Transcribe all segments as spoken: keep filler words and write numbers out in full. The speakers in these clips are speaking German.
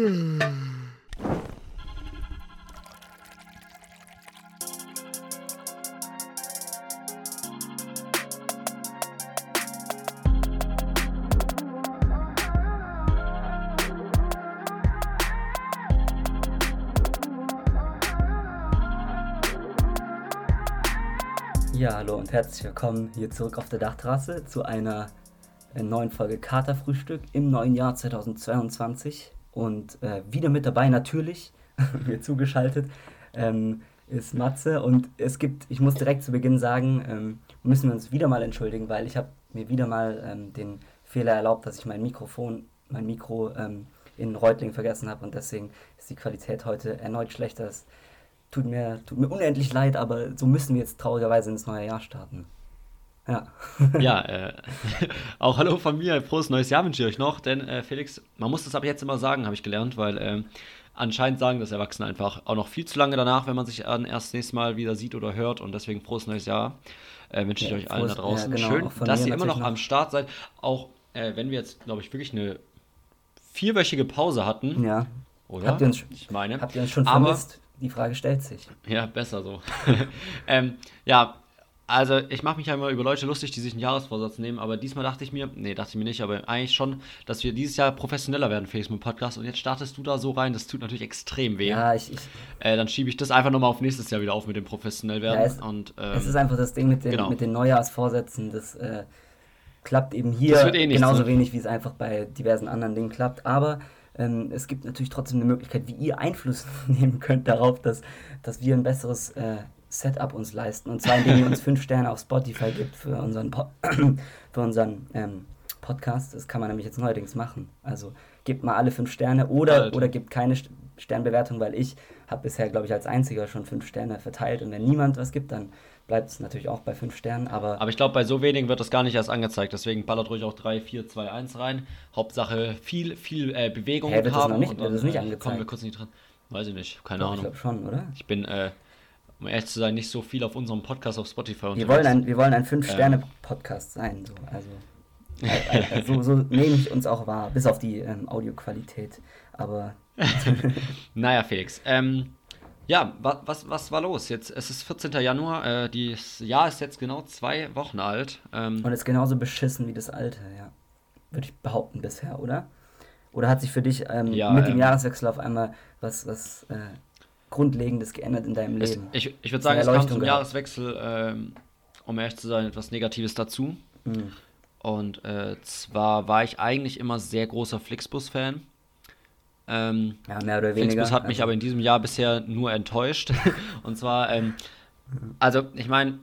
Ja, hallo und herzlich willkommen hier zurück auf der Dachterrasse zu einer neuen Folge Katerfrühstück im neuen Jahr zweitausendzweiundzwanzig. Und äh, wieder mit dabei natürlich, mir zugeschaltet, ähm, ist Matze. Und es gibt, ich muss direkt zu Beginn sagen, ähm, müssen wir uns wieder mal entschuldigen, weil ich habe mir wieder mal ähm, den Fehler erlaubt, dass ich mein Mikrofon, mein Mikro ähm, in Reutlingen vergessen habe und deswegen ist die Qualität heute erneut schlechter. Es Tut mir, tut mir unendlich leid, aber so müssen wir jetzt traurigerweise ins neue Jahr starten. Ja. Ja, äh, auch hallo von mir, frohes neues Jahr wünsche ich euch noch, denn äh, Felix, man muss das aber jetzt immer sagen, habe ich gelernt, weil äh, anscheinend sagen das Erwachsene einfach auch noch viel zu lange danach, wenn man sich dann erst nächstes Mal wieder sieht oder hört und deswegen frohes neues Jahr äh, wünsche ich Ja, euch allen da frohes, ja, draußen. genau, Schön, auch von dass mir ihr immer natürlich noch noch. am Start seid, auch äh, wenn wir jetzt, glaube ich, wirklich eine vierwöchige Pause hatten, Ja. Habt oder? ihr uns, Ich meine, habt ihr uns schon aber vermisst? Die Frage stellt sich. ja, besser so. ähm, ja, also ich mache mich ja immer über Leute lustig, die sich einen Jahresvorsatz nehmen, aber diesmal dachte ich mir, nee, dachte ich mir nicht, aber eigentlich schon, dass wir dieses Jahr professioneller werden für Facebook Podcast und jetzt startest du da so rein, das tut natürlich extrem weh. Ja, ich, ich, Äh, dann schiebe ich das einfach nochmal auf nächstes Jahr wieder auf mit dem professionell ja werden es, und es ist ähm, einfach das Ding mit den, genau, mit den Neujahrsvorsätzen. Das äh, klappt eben das wird hier eh nichts, genauso ne? wenig, wie es einfach bei diversen anderen Dingen klappt. Aber ähm, es gibt natürlich trotzdem eine Möglichkeit, wie ihr Einfluss nehmen könnt darauf, dass, dass wir ein besseres äh, Setup uns leisten. Und zwar, indem ihr uns fünf Sterne auf Spotify gibt für unseren, Po- für unseren ähm, Podcast. Das kann man nämlich jetzt neuerdings machen. Also gebt mal alle fünf Sterne oder, Alter. oder gebt keine St- Sternbewertung, weil ich habe bisher, glaube ich, als einziger schon fünf Sterne verteilt. Und wenn niemand was gibt, dann bleibt es natürlich auch bei fünf Sternen. Aber Aber ich glaube, bei so wenigen wird das gar nicht erst angezeigt, deswegen ballert ruhig auch drei, vier, zwei, eins rein. Hauptsache viel, viel äh, Bewegung hä, wird das noch haben nicht, und wird dann das nicht äh, kommen wir angezeigt? kurz nicht dran. Weiß ich nicht, keine Doch, ich Ahnung. glaube schon, oder? Ich bin, äh, um ehrlich zu sein, nicht so viel auf unserem Podcast auf Spotify Wir wollen unterwegs. ein, wir wollen ein Ähm, fünf-Sterne-Podcast sein. So. Also, äh, äh, so, so nehme ich uns auch wahr, bis auf die ähm, Audioqualität. Aber naja, Felix. Ähm, ja, wa was, was war los? Jetzt, es ist vierzehnter Januar, äh, das Jahr ist jetzt genau zwei Wochen alt. Ähm, und ist genauso beschissen wie das alte, ja. Würde ich behaupten bisher, oder? Oder hat sich für dich ähm, ja, mit dem ähm, Jahreswechsel auf einmal was, was äh, Grundlegendes geändert in deinem es, Leben? ich ich würde So eine sagen, es kam Erleuchtung zum gehabt? Jahreswechsel, ähm, um ehrlich zu sein, etwas Negatives dazu. Hm. Und äh, zwar war ich eigentlich immer sehr großer Flixbus-Fan. Ähm, Ja, mehr oder Flixbus weniger. hat mich Also, aber in diesem Jahr bisher nur enttäuscht. Und zwar, ähm, also ich meine,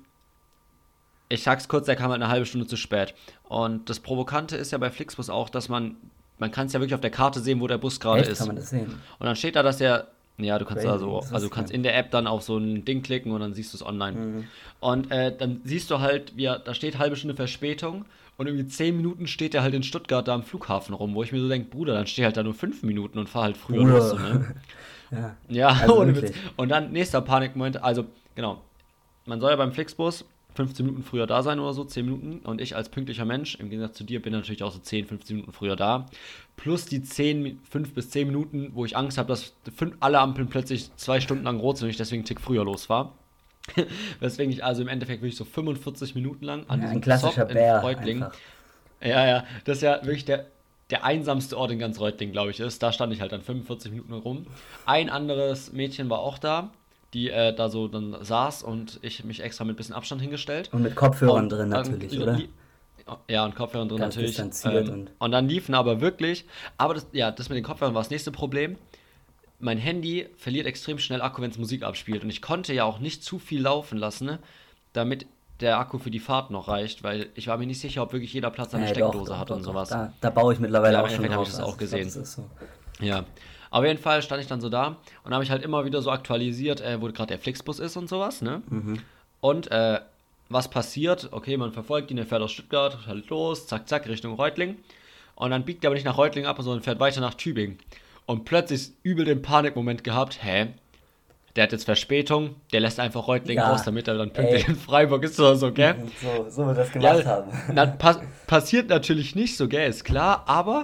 ich sag's kurz, der kam halt eine halbe Stunde zu spät. Und das Provokante ist ja bei Flixbus auch, dass man, man kann es ja wirklich auf der Karte sehen, wo der Bus gerade echt, kann man ist. das sehen? Und dann steht da, dass der, ja, du kannst Crazy, also, das also wusste du ich gar kannst nicht. in der App dann auf so ein Ding klicken und dann siehst du es online. Mhm. Und äh, dann siehst du halt, wie er, da steht halbe Stunde Verspätung und irgendwie zehn Minuten steht er halt in Stuttgart da am Flughafen rum, wo ich mir so denke, Bruder, dann steh halt da nur fünf Minuten und fahr halt früher los, so, Bruder. ne? Ja, Ja, also ohne Witz. wirklich. Und dann nächster Panikmoment, also genau, man soll ja beim Flixbus fünfzehn Minuten früher da sein oder so, zehn Minuten. Und ich als pünktlicher Mensch, im Gegensatz zu dir, bin natürlich auch so zehn, fünfzehn Minuten früher da. Plus die zehn, fünf bis zehn Minuten, wo ich Angst habe, dass fünf, alle Ampeln plötzlich zwei Stunden lang rot sind und ich deswegen einen Tick früher losfahre. Weswegen ich also im Endeffekt wirklich so fünfundvierzig Minuten lang an Ja, ein diesem klassischer Zopp in Bär Reutlingen. einfach. Ja, ja, das ist ja wirklich der, der einsamste Ort in ganz Reutlingen, glaube ich, ist. Da stand ich halt dann fünfundvierzig Minuten rum. Ein anderes Mädchen war auch da, die äh, da so dann saß und ich mich extra mit ein bisschen Abstand hingestellt. Und mit Kopfhörern Und drin dann, natürlich, oder? ja, und Kopfhörern drin Ganz natürlich. distanziert Ähm, und. und dann liefen aber wirklich, aber das, ja, das mit den Kopfhörern war das nächste Problem. Mein Handy verliert extrem schnell Akku, wenn es Musik abspielt. Und ich konnte ja auch nicht zu viel laufen lassen, ne, damit der Akku für die Fahrt noch reicht, weil ich war mir nicht sicher, ob wirklich jeder Platz eine Äh, doch, Steckdose doch, hat doch, und doch. sowas. Da, da baue ich mittlerweile Ja, auch im schon Endeffekt habe ich drauf. das Also auch ich glaube, gesehen. das ist so. Ja, auf jeden Fall stand ich dann so da und habe ich halt immer wieder so aktualisiert, äh, wo gerade der Flixbus ist und sowas, ne? Mhm. Und äh, was passiert? Okay, man verfolgt ihn, er fährt aus Stuttgart, halt los, zack, zack, Richtung Reutlingen. Und dann biegt er aber nicht nach Reutlingen ab, sondern fährt weiter nach Tübingen. Und plötzlich übel den Panikmoment gehabt, hä? Der hat jetzt Verspätung, der lässt einfach Reutlingen Ja, raus, damit er dann pünktlich ey. in Freiburg ist oder so, gell? So, so wir das gemacht Ja, haben. na, pass passiert natürlich nicht so, gell, ist klar, aber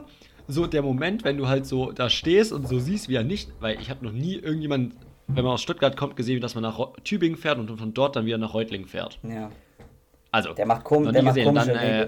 so der Moment, wenn du halt so da stehst und so siehst, wie er nicht, weil ich habe noch nie irgendjemand, wenn man aus Stuttgart kommt, gesehen, dass man nach Ro- Tübingen fährt und von dort dann wieder nach Reutlingen fährt. Ja. Also, Der macht, kom noch der nie macht gesehen. komische Dann, äh, Wege.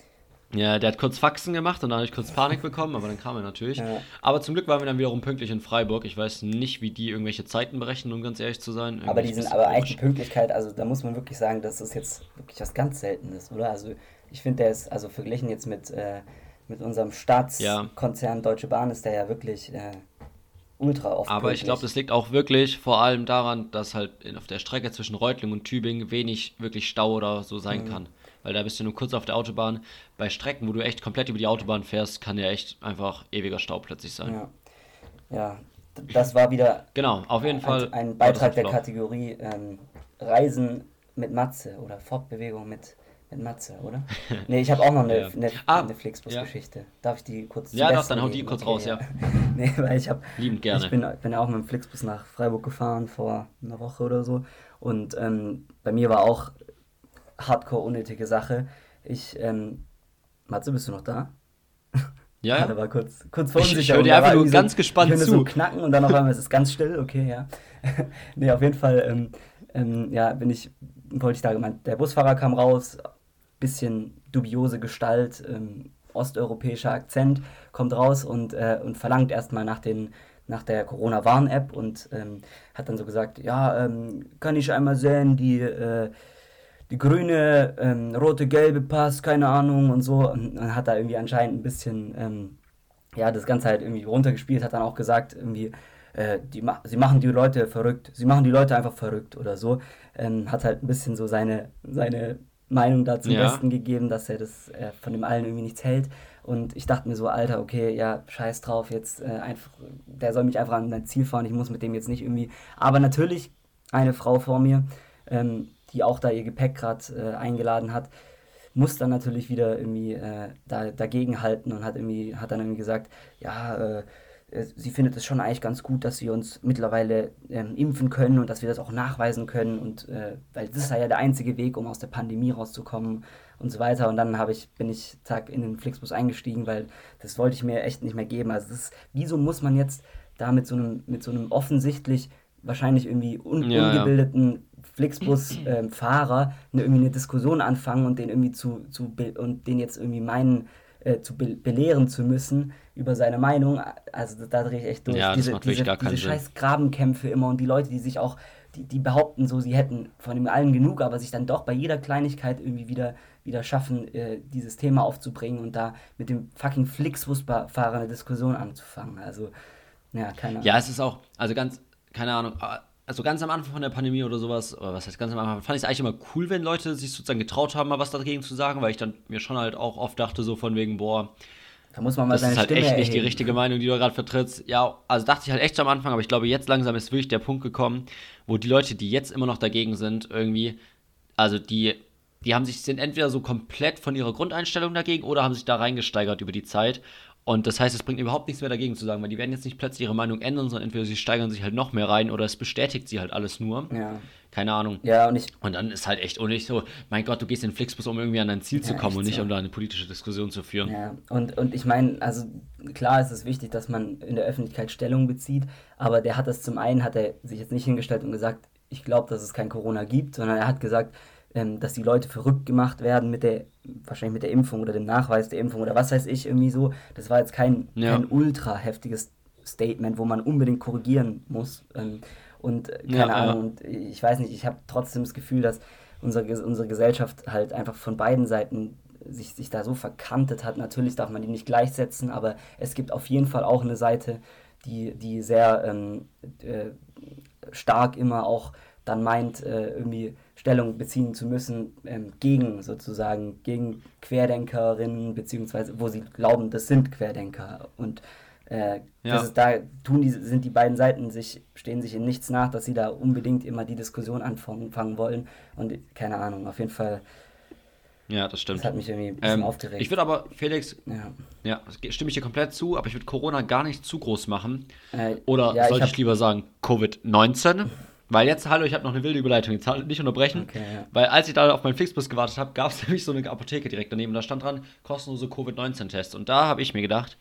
ja, der hat kurz Faxen gemacht und dann habe ich kurz Panik bekommen, aber dann kam er natürlich. Ja. Aber zum Glück waren wir dann wiederum pünktlich in Freiburg. Ich weiß nicht, wie die irgendwelche Zeiten berechnen, um ganz ehrlich zu sein. Aber Irgendwie die ist ein sind bisschen aber eigentlich die komisch. Pünktlichkeit, also da muss man wirklich sagen, das ist jetzt wirklich was ganz Seltenes, oder? Also ich finde, der ist, also verglichen jetzt mit, äh, mit unserem Ja, Staatskonzern Deutsche Bahn, ist der ja wirklich äh, ultra oft aber ich glaube, pünktlich. das liegt auch wirklich vor allem daran, dass halt in, auf der Strecke zwischen Reutlingen und Tübingen wenig wirklich Stau oder so sein Mhm. kann. Weil da bist du nur kurz auf der Autobahn. Bei Strecken, wo du echt komplett über die Autobahn fährst, kann ja echt einfach ewiger Stau plötzlich sein. Ja, ja, d- das war wieder Genau, auf jeden ein, Fall ein war das ein Beitrag der Flop. Kategorie ähm, Reisen mit Matze oder Fortbewegung mit, mit Matze, oder? Nee, ich habe auch noch eine, Ja. eine, Ah, eine ja. Flixbus-Geschichte. Darf ich die kurz zum Ja, doch, dann Besten hau die geben? kurz Okay, raus, ja. ja. Nee, weil ich habe, Liebend ich gerne. bin, bin auch mit dem Flixbus nach Freiburg gefahren vor einer Woche oder so. Und ähm, bei mir war auch hardcore unnötige Sache. Ich, ähm, Matze, bist du noch da? Ja, Ah, da ja. war kurz, kurz Ich, ich Verunsicherung. höre dir Da war einfach nur irgendwie so, ganz ich gespannt höre so ein zu. Knacken und dann auf einmal ist es ganz still. Okay, ja. Nee, auf jeden Fall, ähm, ähm, ja, bin ich, wollte ich da gemeint, der Busfahrer kam raus, bisschen dubiose Gestalt, ähm, osteuropäischer Akzent, kommt raus und, äh, und verlangt erstmal nach den, nach der Corona-Warn-App und ähm, hat dann so gesagt, ja, ähm, kann ich einmal sehen, die, äh, die grüne, ähm, rote, gelbe Pass, keine Ahnung und so. Und dann hat er irgendwie anscheinend ein bisschen, ähm, ja, das Ganze halt irgendwie runtergespielt, hat dann auch gesagt, irgendwie, äh, die ma sie machen die Leute verrückt, sie machen die Leute einfach verrückt oder so. Ähm, hat halt ein bisschen so seine, seine Meinung da zum Ja, Besten gegeben, dass er das äh, von dem allen irgendwie nichts hält. Und ich dachte mir so, Alter, okay, ja, scheiß drauf, jetzt äh, einfach, der soll mich einfach an sein Ziel fahren, ich muss mit dem jetzt nicht irgendwie. Aber natürlich eine Frau vor mir, ähm, die auch da ihr Gepäck gerade äh, eingeladen hat, muss dann natürlich wieder irgendwie äh, da, dagegen halten und hat irgendwie hat dann irgendwie gesagt, ja, äh, äh, sie findet es schon eigentlich ganz gut, dass wir uns mittlerweile ähm, impfen können und dass wir das auch nachweisen können und äh, weil das sei ja der einzige Weg, um aus der Pandemie rauszukommen und so weiter. Und dann habe ich bin ich zack in den Flixbus eingestiegen, weil das wollte ich mir echt nicht mehr geben. Also das ist, wieso muss man jetzt da mit so einem mit so einem offensichtlich wahrscheinlich irgendwie un ja, ja. ungebildeten Flixbus-Fahrer eine, irgendwie eine Diskussion anfangen und den irgendwie zu, zu und den jetzt irgendwie meinen, äh, zu be belehren zu müssen über seine Meinung. Also da, da drehe ich echt durch. Ja, das Diese, macht wirklich diese, gar diese keinen Sinn. scheiß Grabenkämpfe immer und die Leute, die sich auch, die, die behaupten so, sie hätten von dem allen genug, aber sich dann doch bei jeder Kleinigkeit irgendwie wieder, wieder schaffen, äh, dieses Thema aufzubringen und da mit dem fucking Flixbus-Fahrer eine Diskussion anzufangen. Also, ja, keine Ja, Ahnung. es ist auch, also ganz, keine Ahnung, also ganz am Anfang von der Pandemie oder sowas, oder was heißt ganz am Anfang, fand ich es eigentlich immer cool, wenn Leute sich sozusagen getraut haben, mal was dagegen zu sagen, weil ich dann mir schon halt auch oft dachte, so von wegen, boah, Da muss man mal das seine ist halt Stimme echt nicht die erheben. richtige Meinung, die du gerade vertrittst. Ja, also dachte ich halt echt am Anfang, aber ich glaube, jetzt langsam ist wirklich der Punkt gekommen, wo die Leute, die jetzt immer noch dagegen sind, irgendwie, also die, die haben sich, sind entweder so komplett von ihrer Grundeinstellung dagegen oder haben sich da reingesteigert über die Zeit. Und das heißt, es bringt überhaupt nichts mehr dagegen zu sagen, weil die werden jetzt nicht plötzlich ihre Meinung ändern, sondern entweder sie steigern sich halt noch mehr rein oder es bestätigt sie halt alles nur. Ja. Keine Ahnung. Ja, und ich, Und dann ist halt echt unnötig so, mein Gott, du gehst in den Flixbus, um irgendwie an dein Ziel zu ja, kommen echt und nicht, so. um da eine politische Diskussion zu führen. Ja, und, und ich meine, also klar ist es wichtig, dass man in der Öffentlichkeit Stellung bezieht, aber der hat das zum einen, hat er sich jetzt nicht hingestellt und gesagt, ich glaube, dass es kein Corona gibt, sondern er hat gesagt, ähm, dass die Leute verrückt gemacht werden mit der, wahrscheinlich mit der Impfung oder dem Nachweis der Impfung oder was weiß ich, irgendwie so. Das war jetzt kein, Ja, kein ultra heftiges Statement, wo man unbedingt korrigieren muss. Ähm, und äh, ja, keine Ahnung, ja. und ich weiß nicht, ich habe trotzdem das Gefühl, dass unsere, Ges- unsere Gesellschaft halt einfach von beiden Seiten sich, sich da so verkantet hat. Natürlich darf man die nicht gleichsetzen, aber es gibt auf jeden Fall auch eine Seite, die, die sehr ähm, äh, stark immer auch dann meint, äh, irgendwie Stellung beziehen zu müssen ähm, gegen sozusagen, gegen Querdenkerinnen, beziehungsweise wo sie glauben, das sind Querdenker. Und äh, das Ja. ist da, tun die, sind die beiden Seiten sich, stehen sich in nichts nach, dass sie da unbedingt immer die Diskussion anfangen fangen wollen. Und keine Ahnung, auf jeden Fall, Ja, das das stimmt. hat mich irgendwie ein bisschen Ähm, ich aufgeregt. würde aber, Felix, Ja, ja, das ge- stimme ich dir komplett zu, aber ich würde Corona gar nicht zu groß machen. äh, Oder ja, ich sollte habe, ich lieber sagen Covid neunzehn? Weil jetzt, hallo, ich habe noch eine wilde Überleitung, jetzt halt nicht unterbrechen. okay, ja. Weil als ich da auf meinen Flixbus gewartet habe, gab es nämlich so eine Apotheke direkt daneben. Da stand dran, kostenlose Covid neunzehn Tests. Und da habe ich mir gedacht,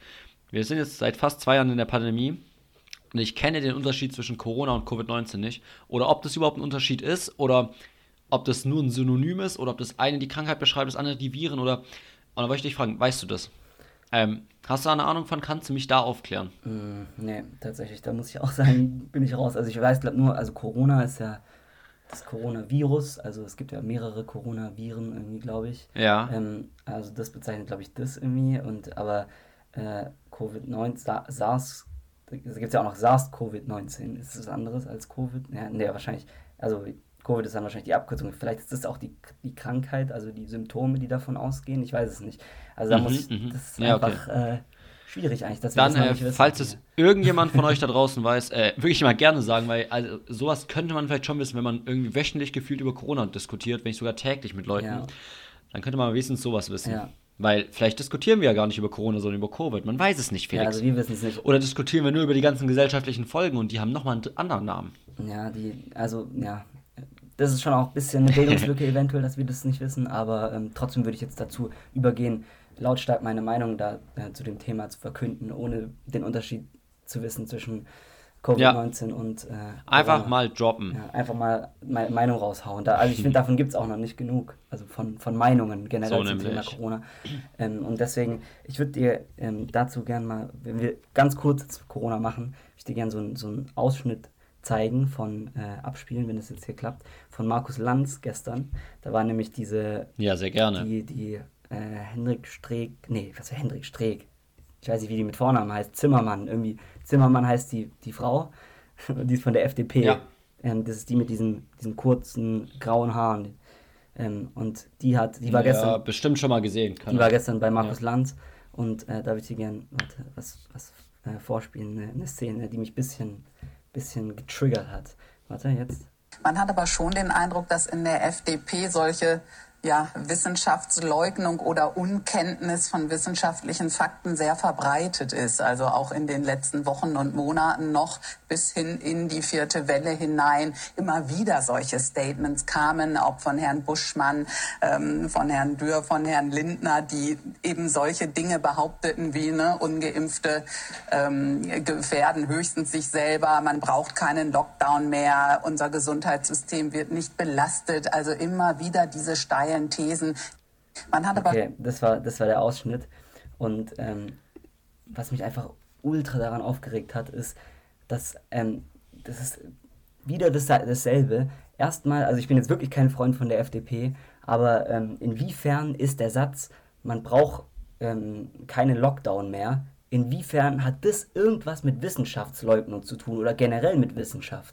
Wir sind jetzt seit fast zwei Jahren in der Pandemie und ich kenne den Unterschied zwischen Corona und Covid neunzehn nicht. Oder ob das überhaupt ein Unterschied ist oder ob das nur ein Synonym ist oder ob das eine die Krankheit beschreibt, das andere die Viren oder. Und dann wollte ich dich fragen, weißt du das? Ähm, hast du da eine Ahnung von, kannst du mich da aufklären? Mm, nee, tatsächlich, da muss ich auch sagen, bin ich raus. Also ich weiß, glaube nur, also Corona ist ja das Coronavirus, also es gibt ja mehrere Coronaviren irgendwie, glaube ich. Ja, Ähm, also das bezeichnet, glaube ich, das irgendwie. Und aber äh, Covid neunzehn, Sa- SARS, da gibt es ja auch noch SARS-Covid neunzehn. Ist das anderes als Covid? Ja, nee, wahrscheinlich. Also Covid ist dann wahrscheinlich die Abkürzung. Vielleicht ist das auch die, die Krankheit, also die Symptome, die davon ausgehen. Ich weiß es nicht. Also da muss mhm, ich, mhm. das ist Ja, okay. einfach äh, schwierig eigentlich, dass wir Dann, das noch äh, nicht wissen. falls es irgendjemand von euch da draußen weiß, äh, wirklich mal gerne sagen, weil also, sowas könnte man vielleicht schon wissen, wenn man irgendwie wöchentlich gefühlt über Corona diskutiert, wenn nicht sogar täglich mit Leuten, Ja, dann könnte man wenigstens sowas wissen. ja. Weil vielleicht diskutieren wir ja gar nicht über Corona, sondern über Covid. Man weiß es nicht, Ja, also Felix. wir wissen es nicht. Oder diskutieren wir nur über die ganzen gesellschaftlichen Folgen und die haben nochmal einen anderen Namen. Ja, die, also, ja, das ist schon auch ein bisschen eine Bildungslücke eventuell, dass wir das nicht wissen, aber ähm, trotzdem würde ich jetzt dazu übergehen, lautstark meine Meinung da äh, zu dem Thema zu verkünden, ohne den Unterschied zu wissen zwischen Covid Ja, neunzehn und äh, einfach Corona. mal droppen. Ja, einfach mal meine Meinung raushauen. Da, also ich finde, davon gibt es auch noch nicht genug. Also von, von Meinungen generell So zum Thema nämlich. Corona. Ähm, und deswegen, ich würde dir ähm, dazu gerne mal, wenn wir ganz kurz jetzt Corona machen, würde ich dir gerne so, ein- so einen Ausschnitt zeigen von äh, Abspielen, wenn das jetzt hier klappt, von Markus Lanz gestern. Da war nämlich diese, Ja, sehr gerne. die, die äh, Hendrik Streeck, nee, was war Hendrik Streeck? Ich weiß nicht, wie die mit Vornamen heißt, Zimmermann, irgendwie. Zimmermann heißt die, die Frau, die ist von der F D P. Ja, Ähm, das ist die mit diesen, diesen kurzen grauen Haaren. Ähm, und die hat, die war ja, gestern, bestimmt schon mal gesehen, die keine war Ahnung. gestern bei Ja. Markus Lanz und äh, da würde ich dir gerne, warte, was, was äh, vorspielen, eine, eine Szene, die mich ein bisschen, bisschen getriggert hat. Warte, jetzt. Man hat aber schon den Eindruck, dass in der F D P solche ja, Wissenschaftsleugnung oder Unkenntnis von wissenschaftlichen Fakten sehr verbreitet ist. Also auch in den letzten Wochen und Monaten noch bis hin in die vierte Welle hinein immer wieder solche Statements kamen, auch von Herrn Buschmann, ähm, von Herrn Dürr, von Herrn Lindner, die eben solche Dinge behaupteten wie ne, Ungeimpfte ähm, gefährden höchstens sich selber, man braucht keinen Lockdown mehr, unser Gesundheitssystem wird nicht belastet. Also immer wieder diese steilen Thesen. Man hat aber Okay, das war, das war der Ausschnitt. Und ähm, was mich einfach ultra daran aufgeregt hat, ist, dass ähm, das ist wieder das, dasselbe. Erstmal, also ich bin jetzt wirklich kein Freund von der F D P, aber ähm, inwiefern ist der Satz, man braucht ähm, keinen Lockdown mehr, inwiefern hat das irgendwas mit Wissenschaftsleugnung zu tun oder generell mit Wissenschaft?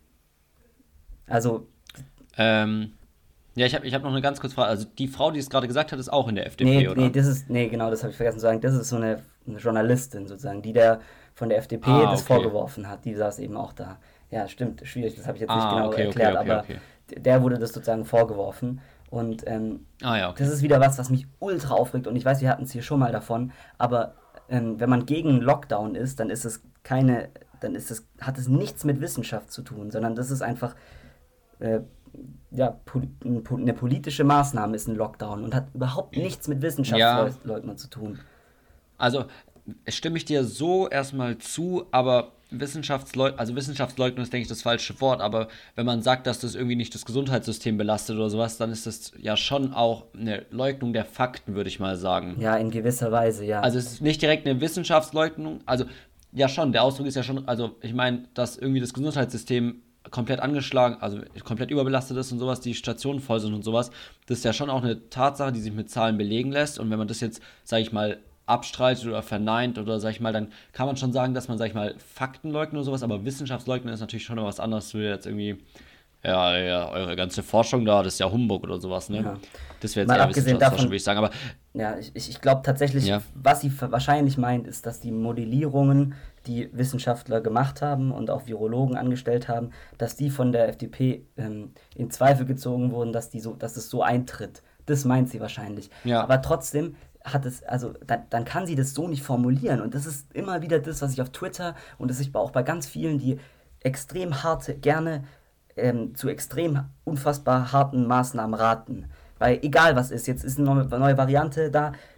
Also, Ähm, ja, ich habe ich hab noch eine ganz kurze Frage. Also die Frau, die es gerade gesagt hat, ist auch in der nee, F D P, nee, oder? das ist, nee, genau, das habe ich vergessen zu sagen. Das ist so eine, eine Journalistin sozusagen, die der von der F D P Ah, das okay. vorgeworfen hat. Die saß eben auch da. Ja, stimmt, schwierig, das habe ich jetzt nicht Ah, genau okay, okay, erklärt, okay, aber okay. d- der wurde das sozusagen vorgeworfen. Und ähm, Ah ja, das okay. ist wieder was, was mich ultra aufregt. Und ich weiß, wir hatten es hier schon mal davon, aber ähm, wenn man gegen Lockdown ist, dann ist es keine, dann ist es, hat es nichts mit Wissenschaft zu tun, sondern das ist einfach äh, ja, poli- ein po- eine politische Maßnahme ist ein Lockdown und hat überhaupt nichts mit Ja, Wissenschaftsleugnern zu tun. also stimme ich dir so erstmal zu, aber Wissenschaftsleug also Wissenschaftsleugnung ist, denke ich, das falsche Wort, aber wenn man sagt, dass das irgendwie nicht das Gesundheitssystem belastet oder sowas, dann ist das ja schon auch eine Leugnung der Fakten, würde ich mal sagen. Ja, in gewisser Weise, ja. Also es ist nicht direkt eine Wissenschaftsleugnung, also ja schon, der Ausdruck ist ja schon, also ich meine, dass irgendwie das Gesundheitssystem komplett angeschlagen, also komplett überbelastet ist und sowas, die Stationen voll sind und sowas, das ist ja schon auch eine Tatsache, die sich mit Zahlen belegen lässt und wenn man das jetzt, sage ich mal, abstreitet oder verneint oder sag ich mal, dann kann man schon sagen, dass man, sag ich mal, Fakten leugnet oder sowas, aber Wissenschaftsleugnen ist natürlich schon noch was anderes, du jetzt irgendwie, ja, ja, eure ganze Forschung da, das ist ja Humbug oder sowas, ne? Ja. Das wäre jetzt Mal eher abgesehen Wissenschaftsforschung, davon, würde ich sagen, aber ja, ich, ich, ich glaube tatsächlich, ja, was sie ver- wahrscheinlich meint, ist, dass die Modellierungen, die Wissenschaftler gemacht haben und auch Virologen angestellt haben, dass die von der F D P ähm, in Zweifel gezogen wurden, dass, die so, dass es so eintritt. Das meint sie wahrscheinlich. ja, Aber trotzdem hat es, also dann, dann kann sie das so nicht formulieren. Und das ist immer wieder das, was ich auf Twitter und das ich auch bei ganz vielen, die extrem harte, gerne ähm, zu extrem unfassbar harten Maßnahmen raten. Weil egal was ist, jetzt ist eine neue, neue Variante da,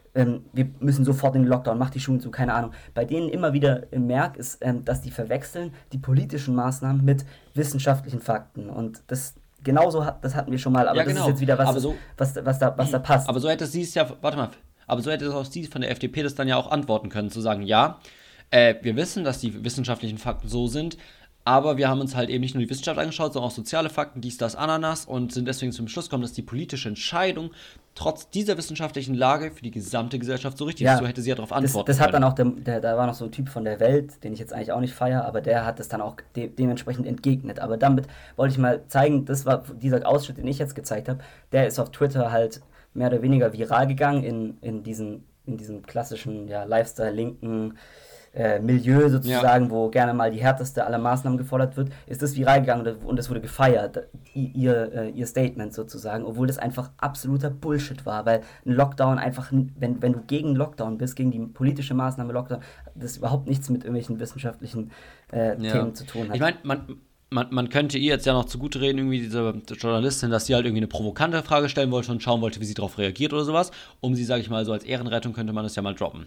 ähm, wir müssen sofort in den Lockdown, mach die Schulen zu, keine Ahnung. Bei denen immer wieder merk ist, ähm, dass die verwechseln die politischen Maßnahmen mit wissenschaftlichen Fakten. Und das genauso hat, das hatten wir schon mal, aber Ja, das ist genau. jetzt wieder was, Aber so, was, was, da, was da passt. aber so hätte sie es ja, warte mal, aber so hätte es auch sie von der F D P das dann ja auch antworten können, zu sagen, ja, äh, wir wissen, dass die wissenschaftlichen Fakten so sind, aber wir haben uns halt eben nicht nur die Wissenschaft angeschaut, sondern auch soziale Fakten, dies, das, Ananas und sind deswegen zum Schluss gekommen, dass die politische Entscheidung trotz dieser wissenschaftlichen Lage für die gesamte Gesellschaft so richtig Ja, ist. So hätte sie ja darauf Das, antworten das hat dann können. auch, der, der, da war noch so ein Typ von der Welt, den ich jetzt eigentlich auch nicht feiere, aber der hat das dann auch de dementsprechend entgegnet. Aber damit wollte ich mal zeigen, das war dieser Ausschnitt, den ich jetzt gezeigt habe, der ist auf Twitter halt mehr oder weniger viral gegangen in, in, diesen, in diesem klassischen ja, Lifestyle-linken äh, Milieu sozusagen, wo gerne mal die härteste aller Maßnahmen gefordert wird, ist das viral gegangen und, und es wurde gefeiert, i- ihr, äh, ihr Statement sozusagen, obwohl das einfach absoluter Bullshit war, weil ein Lockdown einfach, n- wenn, wenn du gegen Lockdown bist, gegen die politische Maßnahme Lockdown, das überhaupt nichts mit irgendwelchen wissenschaftlichen äh, Ja. Themen zu tun hat. Ich meine, man, man, man könnte ihr jetzt ja noch zugute reden, irgendwie diese Journalistin, dass sie halt irgendwie eine provokante Frage stellen wollte und schauen wollte, wie sie darauf reagiert oder sowas. Um sie, sage ich mal, so als Ehrenrettung könnte man das ja mal droppen.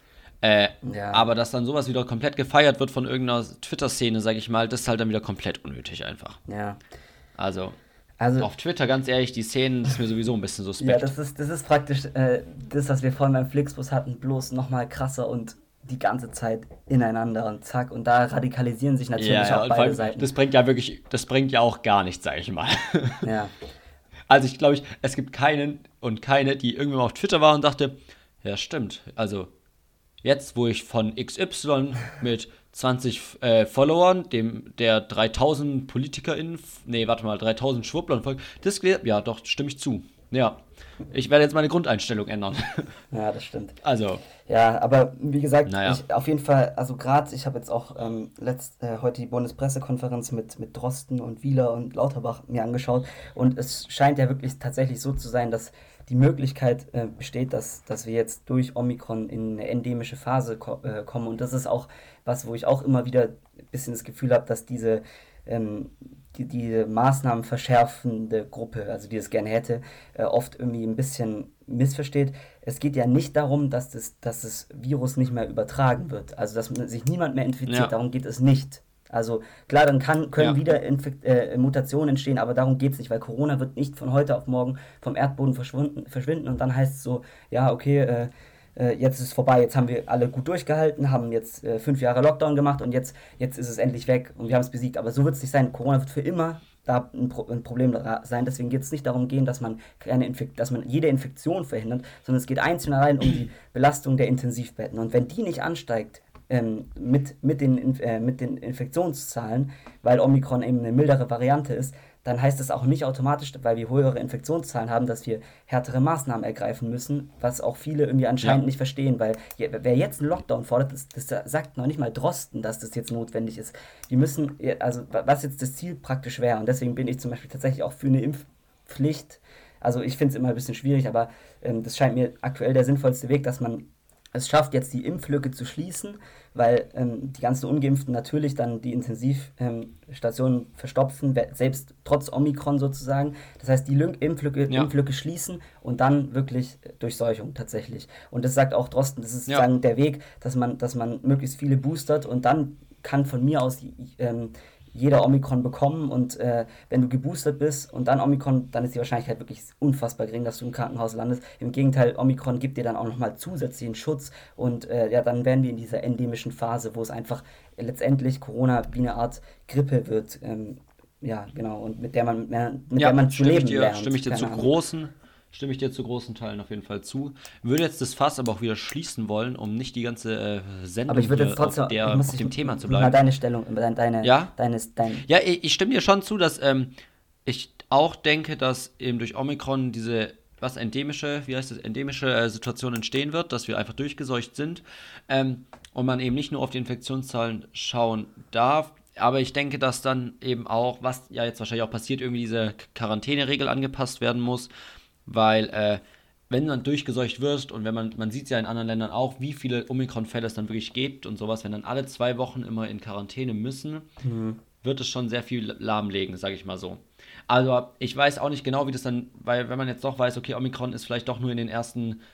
Äh, Ja. aber dass dann sowas wieder komplett gefeiert wird von irgendeiner Twitter-Szene, sage ich mal, das ist halt dann wieder komplett unnötig einfach. Ja, Also, also auf Twitter, ganz ehrlich, die Szenen, das ist mir sowieso ein bisschen ja, suspekt. das ist, das ist praktisch äh, das, was wir vorhin beim Flixbus hatten, bloß nochmal krasser und die ganze Zeit ineinander und zack. Und da radikalisieren sich natürlich Ja, ja, auch und vor beide allem, Seiten. das bringt ja wirklich, das bringt ja auch gar nichts, sage ich mal. Ja, Also ich glaube, ich, es gibt keinen und keine, die irgendwann mal auf Twitter war und dachte, ja stimmt, also jetzt, wo ich von X Y mit zwanzig äh, Followern, dem der dreitausend PolitikerInnen, nee, warte mal, dreitausend Schwurblern folgt, das, ja doch, stimme ich zu. Ja, ich werde jetzt meine Grundeinstellung ändern. ja, das stimmt. Also, Ja, aber wie gesagt, Naja. ich, auf jeden Fall, also gerade, ich habe jetzt auch ähm, letzt, äh, heute die Bundespressekonferenz mit, mit Drosten und Wieler und Lauterbach mir angeschaut und es scheint ja wirklich tatsächlich so zu sein, dass die Möglichkeit äh, besteht, dass, dass wir jetzt durch Omikron in eine endemische Phase ko äh, kommen und das ist auch was, wo ich auch immer wieder ein bisschen das Gefühl habe, dass diese ähm, die, die Maßnahmen verschärfende Gruppe, also die es gerne hätte, äh, oft irgendwie ein bisschen missversteht. Es geht ja nicht darum, dass das, dass das Virus nicht mehr übertragen wird, also dass man sich niemand mehr infiziert, Ja. darum geht es nicht. Also klar, dann kann, können Ja. wieder Infekt, äh, Mutationen entstehen, aber darum geht es nicht, weil Corona wird nicht von heute auf morgen vom Erdboden verschwinden, verschwinden und dann heißt es so, ja, okay, äh, äh, jetzt ist es vorbei, jetzt haben wir alle gut durchgehalten, haben jetzt äh, fünf Jahre Lockdown gemacht und jetzt, jetzt ist es endlich weg und wir haben es besiegt. Aber so wird es nicht sein. Corona wird für immer da ein, Pro ein Problem da sein. Deswegen geht es nicht darum gehen, dass man keine Infekt dass man jede Infektion verhindert, sondern es geht einzig und allein um die Belastung der Intensivbetten. Und wenn die nicht ansteigt, ähm, mit, mit, den, Inf- äh, mit den Infektionszahlen, weil Omikron eben eine mildere Variante ist, dann heißt es auch nicht automatisch, weil wir höhere Infektionszahlen haben, dass wir härtere Maßnahmen ergreifen müssen, was auch viele irgendwie anscheinend Ja. nicht verstehen, weil je, wer jetzt einen Lockdown fordert, das, das sagt noch nicht mal Drosten, dass das jetzt notwendig ist. Wir müssen, also was jetzt das Ziel praktisch wäre, und deswegen bin ich zum Beispiel tatsächlich auch für eine Impfpflicht. Also ich finde es immer ein bisschen schwierig, aber ähm, das scheint mir aktuell der sinnvollste Weg, dass man es schafft, jetzt die Impflücke zu schließen, weil ähm, die ganzen Ungeimpften natürlich dann die Intensivstationen ähm, verstopfen, we- selbst trotz Omikron sozusagen. Das heißt, die Lück Impflücke, Ja. Impflücke schließen und dann wirklich äh, Durchseuchung tatsächlich. Und das sagt auch Drosten, das ist Ja. sozusagen der Weg, dass man, dass man möglichst viele boostert und dann kann von mir aus ähm, jeder Omikron bekommen und äh, wenn du geboostert bist und dann Omikron, dann ist die Wahrscheinlichkeit wirklich unfassbar gering, dass du im Krankenhaus landest. Im Gegenteil, Omikron gibt dir dann auch nochmal zusätzlichen Schutz und äh, ja, dann werden wir in dieser endemischen Phase, wo es einfach letztendlich Corona wie eine Art Grippe wird. Ähm, ja, genau, und mit der man, mit Ja, der man zu stimme ich leben dir, lernt. stimme ich dir Keine zu Ahnung. großen, stimme ich dir zu großen Teilen auf jeden Fall zu. Würde jetzt das Fass aber auch wieder schließen wollen, um nicht die ganze äh, Sendung Aber ich würde hier jetzt trotzdem, auf, der, ich muss auf dich dem Thema zu mal bleiben. deine Stellung, deine, deine, Ja? deines, dein, Ja, ich, ich stimme dir schon zu, dass ähm, ich auch denke, dass eben durch Omikron diese was endemische, wie heißt das, endemische äh, Situation entstehen wird, dass wir einfach durchgeseucht sind ähm, und man eben nicht nur auf die Infektionszahlen schauen darf. Aber ich denke, dass dann eben auch, was ja jetzt wahrscheinlich auch passiert, irgendwie diese Quarantäneregel angepasst werden muss, weil äh, wenn man durchgeseucht wird und wenn man, man sieht ja in anderen Ländern auch, wie viele Omikron-Fälle es dann wirklich gibt und sowas, wenn dann alle zwei Wochen immer in Quarantäne müssen, wird es schon sehr viel lahmlegen, sage ich mal so. Also ich weiß auch nicht genau, wie das dann, weil wenn man jetzt doch weiß, okay, Omikron ist vielleicht doch nur in den ersten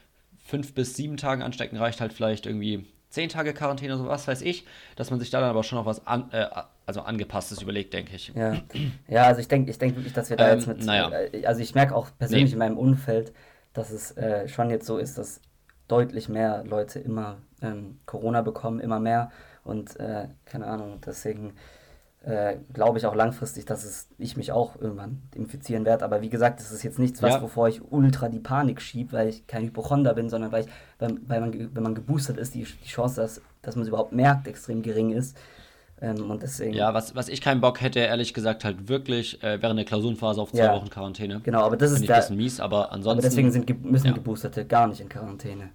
fünf bis sieben Tagen anstecken, reicht halt vielleicht irgendwie zehn Tage Quarantäne, so was weiß ich, dass man sich da dann aber schon noch was an, äh, also angepasstes überlegt, denke ich. Ja, ja, also ich denke ich denk wirklich, dass wir da Ähm, jetzt mit, naja. äh, also ich merke auch persönlich Nee. in meinem Umfeld, dass es äh, schon jetzt so ist, dass deutlich mehr Leute immer ähm, Corona bekommen, immer mehr und äh, keine Ahnung, deswegen äh, glaube ich auch langfristig, dass es ich mich auch irgendwann infizieren werde, aber wie gesagt, das ist jetzt nichts, was Ja, wovor ich ultra die Panik schiebe, weil ich kein Hypochonder bin, sondern weil ich, weil, weil man, ge- wenn man geboostert ist, die, die Chance, dass, dass man es überhaupt merkt, extrem gering ist ähm, und deswegen. ja, was, was ich keinen Bock hätte, ehrlich gesagt, halt wirklich äh, während der Klausurenphase auf zwei Ja, Wochen Quarantäne. genau, aber das Finde ist ich ein der, bisschen mies, aber aber deswegen ansonsten, sind, ge- müssen ja. Geboosterte gar nicht in Quarantäne.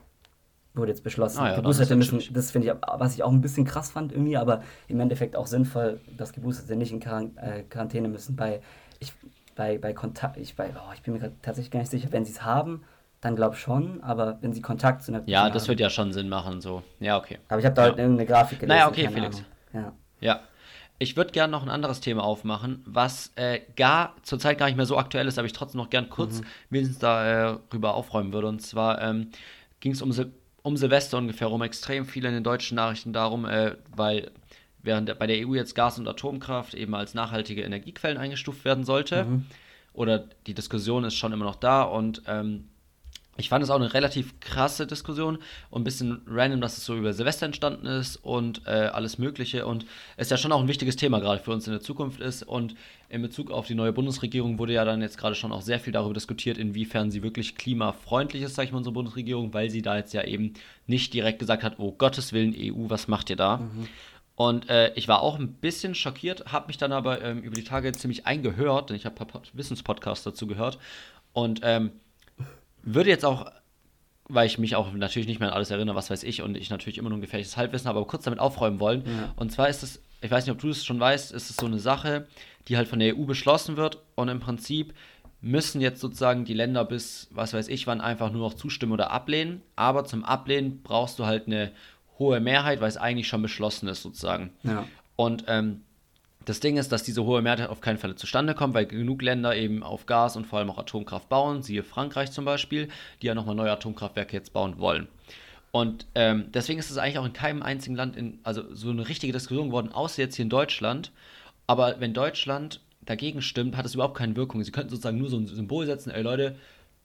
Wurde jetzt beschlossen. Ah ja, dann ist Geboosterte müssen, natürlich. das finde ich, was ich auch ein bisschen krass fand irgendwie, aber im Endeffekt auch sinnvoll, dass Geboosterte nicht in Quaran- äh, Quarantäne müssen. Bei, ich, bei, bei Kontakt, ich, bei, oh, ich bin mir gerade tatsächlich gar nicht sicher, wenn sie es haben, dann glaube ich schon, aber wenn sie Kontakt zu einer Ja, Person das wird haben. ja schon Sinn machen, so. Ja, okay. Aber ich habe da Ja. heute irgendeine Grafik Naja, gelesen, okay, keine Felix. Ahnung. Ja. Ja. Ich würde gerne noch ein anderes Thema aufmachen, was äh, gar zurzeit gar nicht mehr so aktuell ist, aber ich trotzdem noch gern kurz Mhm. wenigstens darüber aufräumen würde. Und zwar ähm, ging es um, Sil um Silvester ungefähr, um extrem viele in den deutschen Nachrichten darum, äh, weil während der, bei der E U jetzt Gas und Atomkraft eben als nachhaltige Energiequellen eingestuft werden sollte, Mhm. oder die Diskussion ist schon immer noch da und ähm, ich fand es auch eine relativ krasse Diskussion und ein bisschen random, dass es so über Silvester entstanden ist und äh, alles Mögliche. Und es ja schon auch ein wichtiges Thema gerade für uns in der Zukunft ist. Und in Bezug auf die neue Bundesregierung wurde ja dann jetzt gerade schon auch sehr viel darüber diskutiert, inwiefern sie wirklich klimafreundlich ist, sag ich mal, unsere Bundesregierung, weil sie da jetzt ja eben nicht direkt gesagt hat, oh Gottes Willen, E U, was macht ihr da? Mhm. Und äh, ich war auch ein bisschen schockiert, habe mich dann aber ähm, über die Tage ziemlich eingehört, denn ich habe ein paar Pod- Wissenspodcasts dazu gehört. Und ähm, würde jetzt auch, weil ich mich auch natürlich nicht mehr an alles erinnere, was weiß ich, und ich natürlich immer nur ein gefährliches Halbwissen habe, aber kurz damit aufräumen wollen. Ja. Und zwar ist es, ich weiß nicht, ob du es schon weißt, ist es so eine Sache, die halt von der E U beschlossen wird und im Prinzip müssen jetzt sozusagen die Länder bis, was weiß ich, wann einfach nur noch zustimmen oder ablehnen. Aber zum Ablehnen brauchst du halt eine hohe Mehrheit, weil es eigentlich schon beschlossen ist sozusagen. Ja. Und ähm, das Ding ist, dass diese hohe Mehrheit auf keinen Fall zustande kommt, weil genug Länder eben auf Gas und vor allem auch Atomkraft bauen, siehe Frankreich zum Beispiel, die ja nochmal neue Atomkraftwerke jetzt bauen wollen. Und ähm, deswegen ist es eigentlich auch in keinem einzigen Land in, also so eine richtige Diskussion geworden, außer jetzt hier in Deutschland. Aber wenn Deutschland dagegen stimmt, hat es überhaupt keine Wirkung. Sie könnten sozusagen nur so ein Symbol setzen, ey Leute,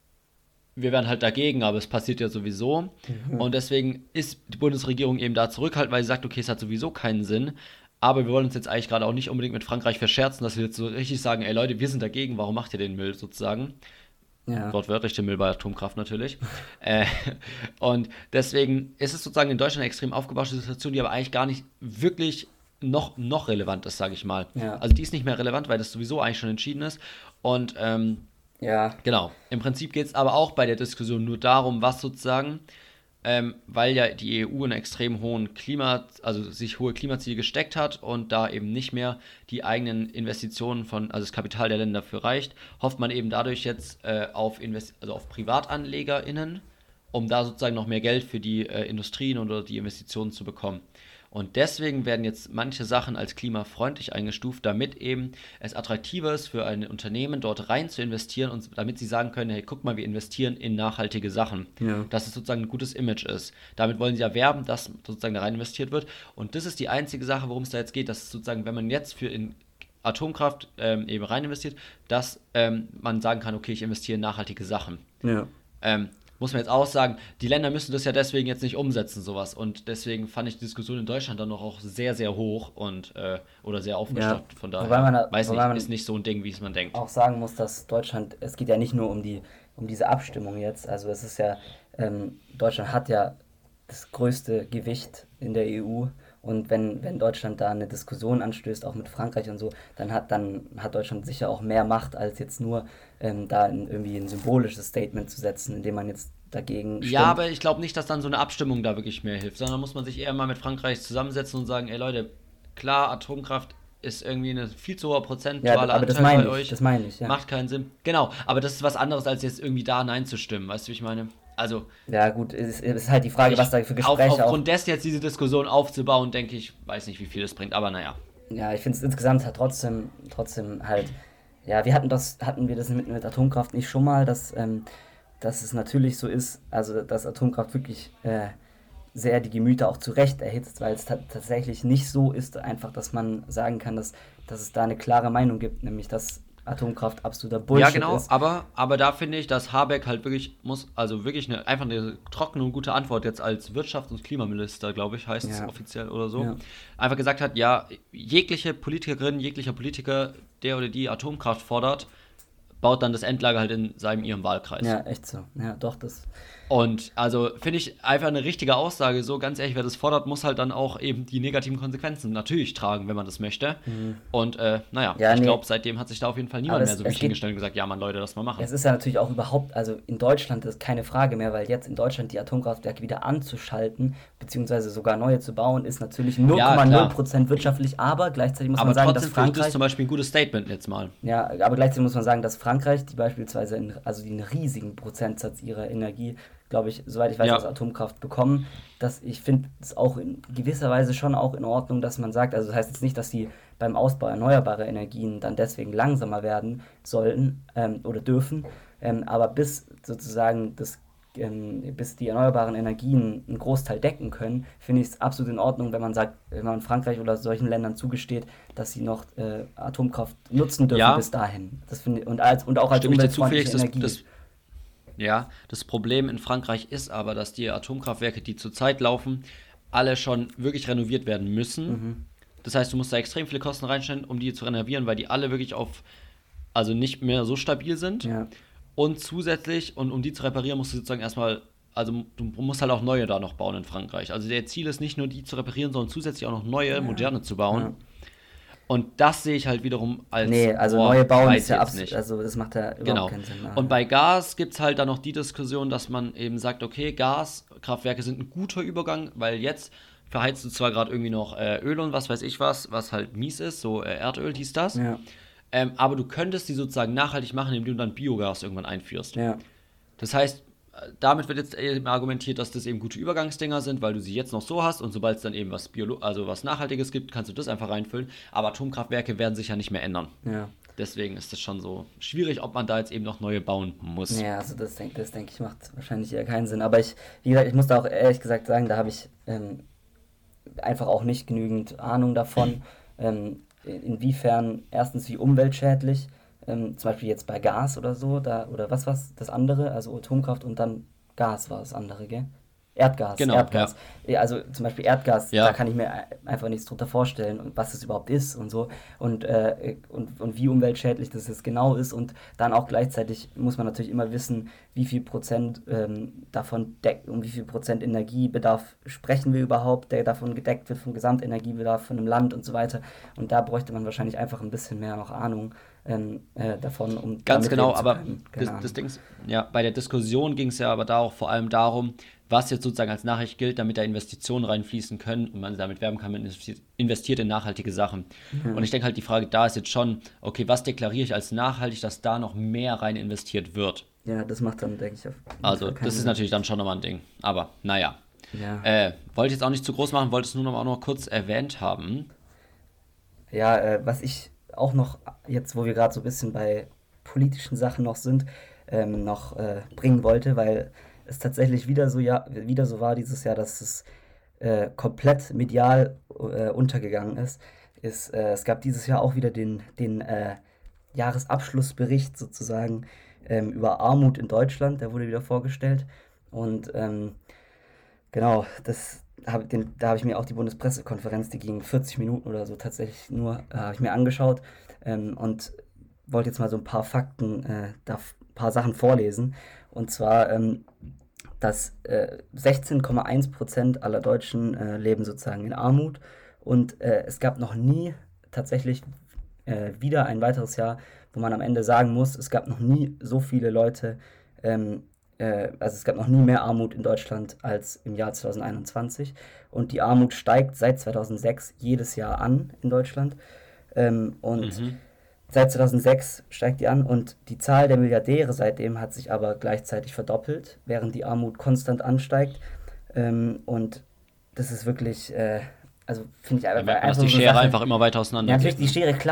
wir wären halt dagegen, aber es passiert ja sowieso. Mhm. Und deswegen ist die Bundesregierung eben da zurückhaltend, weil sie sagt, okay, es hat sowieso keinen Sinn. Aber wir wollen uns jetzt eigentlich gerade auch nicht unbedingt mit Frankreich verscherzen, dass wir jetzt so richtig sagen, ey Leute, wir sind dagegen, warum macht ihr den Müll sozusagen? Ja. Wortwörtlich den Müll bei Atomkraft natürlich. äh, und deswegen ist es sozusagen in Deutschland eine extrem aufgebauschte Situation, die aber eigentlich gar nicht wirklich noch, noch relevant ist, sage ich mal. Ja. Also die ist nicht mehr relevant, weil das sowieso eigentlich schon entschieden ist. Und ähm, Ja. genau, im Prinzip geht es aber auch bei der Diskussion nur darum, was sozusagen, ähm, weil ja die E U einen extrem hohen Klima, also sich hohe Klimaziele gesteckt hat und da eben nicht mehr die eigenen Investitionen von, also das Kapital der Länder für reicht, hofft man eben dadurch jetzt äh, auf, Invest also auf PrivatanlegerInnen, um da sozusagen noch mehr Geld für die äh, Industrien oder die Investitionen zu bekommen. Und deswegen werden jetzt manche Sachen als klimafreundlich eingestuft, damit eben es attraktiver ist für ein Unternehmen, dort rein zu investieren und damit sie sagen können, hey, guck mal, wir investieren in nachhaltige Sachen. Ja. Dass es sozusagen ein gutes Image ist. Damit wollen sie ja werben, dass sozusagen da rein investiert wird. Und das ist die einzige Sache, worum es da jetzt geht, dass sozusagen, wenn man jetzt für in Atomkraft ähm, eben rein investiert, dass ähm, man sagen kann, okay, ich investiere in nachhaltige Sachen. Ja. Ähm, muss man jetzt auch sagen, die Länder müssen das ja deswegen jetzt nicht umsetzen, sowas. Und deswegen fand ich die Diskussion in Deutschland dann noch auch sehr, sehr hoch und äh, oder sehr aufgestockt. Von daher, Wobei man, weiß wobei nicht, man ist nicht so ein Ding, wie es man denkt. auch sagen muss, dass Deutschland, es geht ja nicht nur um die, um diese Abstimmung jetzt, also es ist ja, ähm, Deutschland hat ja das größte Gewicht in der E U und wenn, wenn Deutschland da eine Diskussion anstößt, auch mit Frankreich und so, dann hat, dann hat Deutschland sicher auch mehr Macht, als jetzt nur ähm, da in, irgendwie ein symbolisches Statement zu setzen, indem man jetzt dagegen stimmt. Ja, aber ich glaube nicht, dass dann so eine Abstimmung da wirklich mehr hilft, sondern muss man sich eher mal mit Frankreich zusammensetzen und sagen, ey Leute, klar, Atomkraft ist irgendwie eine viel zu hoher Ja, prozentualer aber das Anteil meine bei ich, euch. das meine ich, ja. Macht keinen Sinn. Genau, aber das ist was anderes, als jetzt irgendwie da Nein zu stimmen, weißt du, wie ich meine? Also, Ja gut, es ist, es ist halt die Frage, ich, was da für auf, Gespräche auch... aufgrund dessen jetzt diese Diskussion aufzubauen, denke ich, weiß nicht, wie viel es bringt, aber naja. Ja, ich finde es insgesamt halt trotzdem, trotzdem halt, ja, wir hatten das, hatten wir das mit, mit Atomkraft nicht schon mal, dass, ähm, dass es natürlich so ist, also dass Atomkraft wirklich äh, sehr die Gemüter auch zu Recht erhitzt, weil es ta- tatsächlich nicht so ist, einfach, dass man sagen kann, dass, dass es da eine klare Meinung gibt, nämlich dass Atomkraft absoluter Bullshit Ja, genau, ist. aber, aber da finde ich, dass Habeck halt wirklich muss, also wirklich eine, einfach eine trockene und gute Antwort jetzt als Wirtschafts- und Klimaminister, glaube ich, heißt es Ja. offiziell oder so, Ja. einfach gesagt hat, ja, jegliche Politikerin, jeglicher Politiker, der oder die Atomkraft fordert, baut dann das Endlager halt in seinem ihrem Wahlkreis. Ja, echt so. Ja, doch, das. Und also finde ich einfach eine richtige Aussage, so ganz ehrlich, wer das fordert, muss halt dann auch eben die negativen Konsequenzen natürlich tragen, wenn man das möchte. Und äh, naja, Ja, ich nee. glaube, seitdem hat sich da auf jeden Fall niemand Aber mehr es- so es wirklich geht- hingestellt und gesagt, ja Mann, Leute, lass mal machen. Es ist ja natürlich auch überhaupt, also in Deutschland ist keine Frage mehr, weil jetzt in Deutschland die Atomkraftwerke wieder anzuschalten, beziehungsweise sogar neue zu bauen, ist natürlich null Komma null Prozent wirtschaftlich, aber gleichzeitig muss Aber man sagen, dass trotzdem finde ich das Frankreich, zum Beispiel ein gutes Statement jetzt mal. ja, aber gleichzeitig muss man sagen, dass Frankreich, die beispielsweise, in, also die einen riesigen Prozentsatz ihrer Energie, glaube ich, soweit ich weiß, Ja. aus Atomkraft bekommen, dass ich finde es auch in gewisser Weise schon auch in Ordnung, dass man sagt, also das heißt jetzt nicht, dass die beim Ausbau erneuerbarer Energien dann deswegen langsamer werden sollten ähm, oder dürfen, ähm, aber bis sozusagen das ähm, bis die erneuerbaren Energien einen Großteil decken können, finde ich es absolut in Ordnung, wenn man sagt, wenn man Frankreich oder solchen Ländern zugesteht, dass sie noch äh, Atomkraft nutzen dürfen Ja. bis dahin. Das finde ich, und als und auch als Stimme ich dir zu, umweltfreundliche Felix, das, Energie. das, ja, das Problem in Frankreich ist aber, dass die Atomkraftwerke, die zurzeit laufen, alle schon wirklich renoviert werden müssen. Mhm. Das heißt, du musst da extrem viele Kosten reinstellen, um die zu renovieren, weil die alle wirklich auf, also nicht mehr so stabil sind. Ja. Und zusätzlich, und um die zu reparieren, musst du sozusagen erstmal, also du musst halt auch neue da noch bauen in Frankreich. Also der Ziel ist nicht nur die zu reparieren, sondern zusätzlich auch noch neue, moderne zu bauen. Ja. Und das sehe ich halt wiederum als Nee, also boah, neue bauen weiß ist ja jetzt absolut, nicht. also das macht ja überhaupt Genau. keinen Sinn. Und bei Gas gibt es halt dann noch die Diskussion, dass man eben sagt, okay, Gaskraftwerke sind ein guter Übergang, weil jetzt verheizt du zwar gerade irgendwie noch äh, Öl und was weiß ich was, was halt mies ist, so äh, Erdöl, dies, das. Ja, Ähm, aber du könntest die sozusagen nachhaltig machen, indem du dann Biogas irgendwann einführst. ja, Das heißt, äh, damit wird jetzt eben argumentiert, dass das eben gute Übergangsdinger sind, weil du sie jetzt noch so hast und sobald es dann eben was Biolo also was Nachhaltiges gibt, kannst du das einfach reinfüllen. Aber Atomkraftwerke werden sich ja nicht mehr ändern. ja. Deswegen ist das schon so schwierig, ob man da jetzt eben noch neue bauen muss. Ja, also das denke das denk ich macht wahrscheinlich eher keinen Sinn. Aber ich, wie gesagt, ich muss da auch ehrlich gesagt sagen, da habe ich ähm, einfach auch nicht genügend Ahnung davon, ähm, inwiefern erstens wie umweltschädlich, ähm, zum Beispiel jetzt bei Gas oder so, da oder was was das andere, also Atomkraft und dann Gas war das andere, gell? Erdgas, Genau, Erdgas. Ja, also zum Beispiel Erdgas, Ja. da kann ich mir einfach nichts drunter vorstellen und was es überhaupt ist und so und, äh, und, und wie umweltschädlich das jetzt genau ist und dann auch gleichzeitig muss man natürlich immer wissen, wie viel Prozent ähm, davon deckt, um wie viel Prozent Energiebedarf sprechen wir überhaupt, der davon gedeckt wird, vom Gesamtenergiebedarf von einem Land und so weiter und da bräuchte man wahrscheinlich einfach ein bisschen mehr noch Ahnung ähm, äh, davon, um Ganz damit genau, reden zu aber können. Keine das, Ahnung. das Ding ist, ja, bei der Diskussion ging es ja aber da auch vor allem darum, was jetzt sozusagen als Nachricht gilt, damit da Investitionen reinfließen können und man damit werben kann, man investiert- investiert in nachhaltige Sachen. Und ich denke halt, die Frage da ist jetzt schon, okay, was deklariere ich als nachhaltig, dass da noch mehr rein investiert wird? Ja, das macht dann, denke ich, auf jeden Also, Fall keinen das ist Sinn. natürlich dann schon nochmal ein Ding. Aber, naja. Ja. Äh, wollte ich jetzt auch nicht zu groß machen, wollte es nur noch mal auch noch kurz erwähnt haben. Ja, äh, was ich auch noch, jetzt wo wir gerade so ein bisschen bei politischen Sachen noch sind, ähm, noch äh, bringen wollte, weil es tatsächlich wieder so, ja, wieder so war dieses Jahr, dass es äh, komplett medial äh, untergegangen ist, ist äh, es gab dieses Jahr auch wieder den, den äh, Jahresabschlussbericht sozusagen ähm, über Armut in Deutschland, der wurde wieder vorgestellt und ähm, genau, das hab, den, da habe ich mir auch die Bundespressekonferenz, die ging vierzig Minuten oder so tatsächlich nur, äh, habe ich mir angeschaut ähm, und wollte jetzt mal so ein paar Fakten, äh, da ein paar Sachen vorlesen. Und zwar, ähm, dass äh, sechzehn Komma eins Prozent aller Deutschen äh, leben sozusagen in Armut und äh, es gab noch nie tatsächlich äh, wieder ein weiteres Jahr, wo man am Ende sagen muss, es gab noch nie so viele Leute, ähm, äh, also es gab noch nie mehr Armut in Deutschland als im Jahr zwanzig einundzwanzig und die Armut steigt seit zweitausendsechs jedes Jahr an in Deutschland ähm, und Mhm. seit zweitausendsechs steigt die an und die Zahl der Milliardäre seitdem hat sich aber gleichzeitig verdoppelt, während die Armut konstant ansteigt ähm, und das ist wirklich, äh, also finde ich Da einfach, merkt man, dass einfach die so eine Schere Sache. einfach immer weiter auseinander Ja, natürlich, geht. die Schere klafft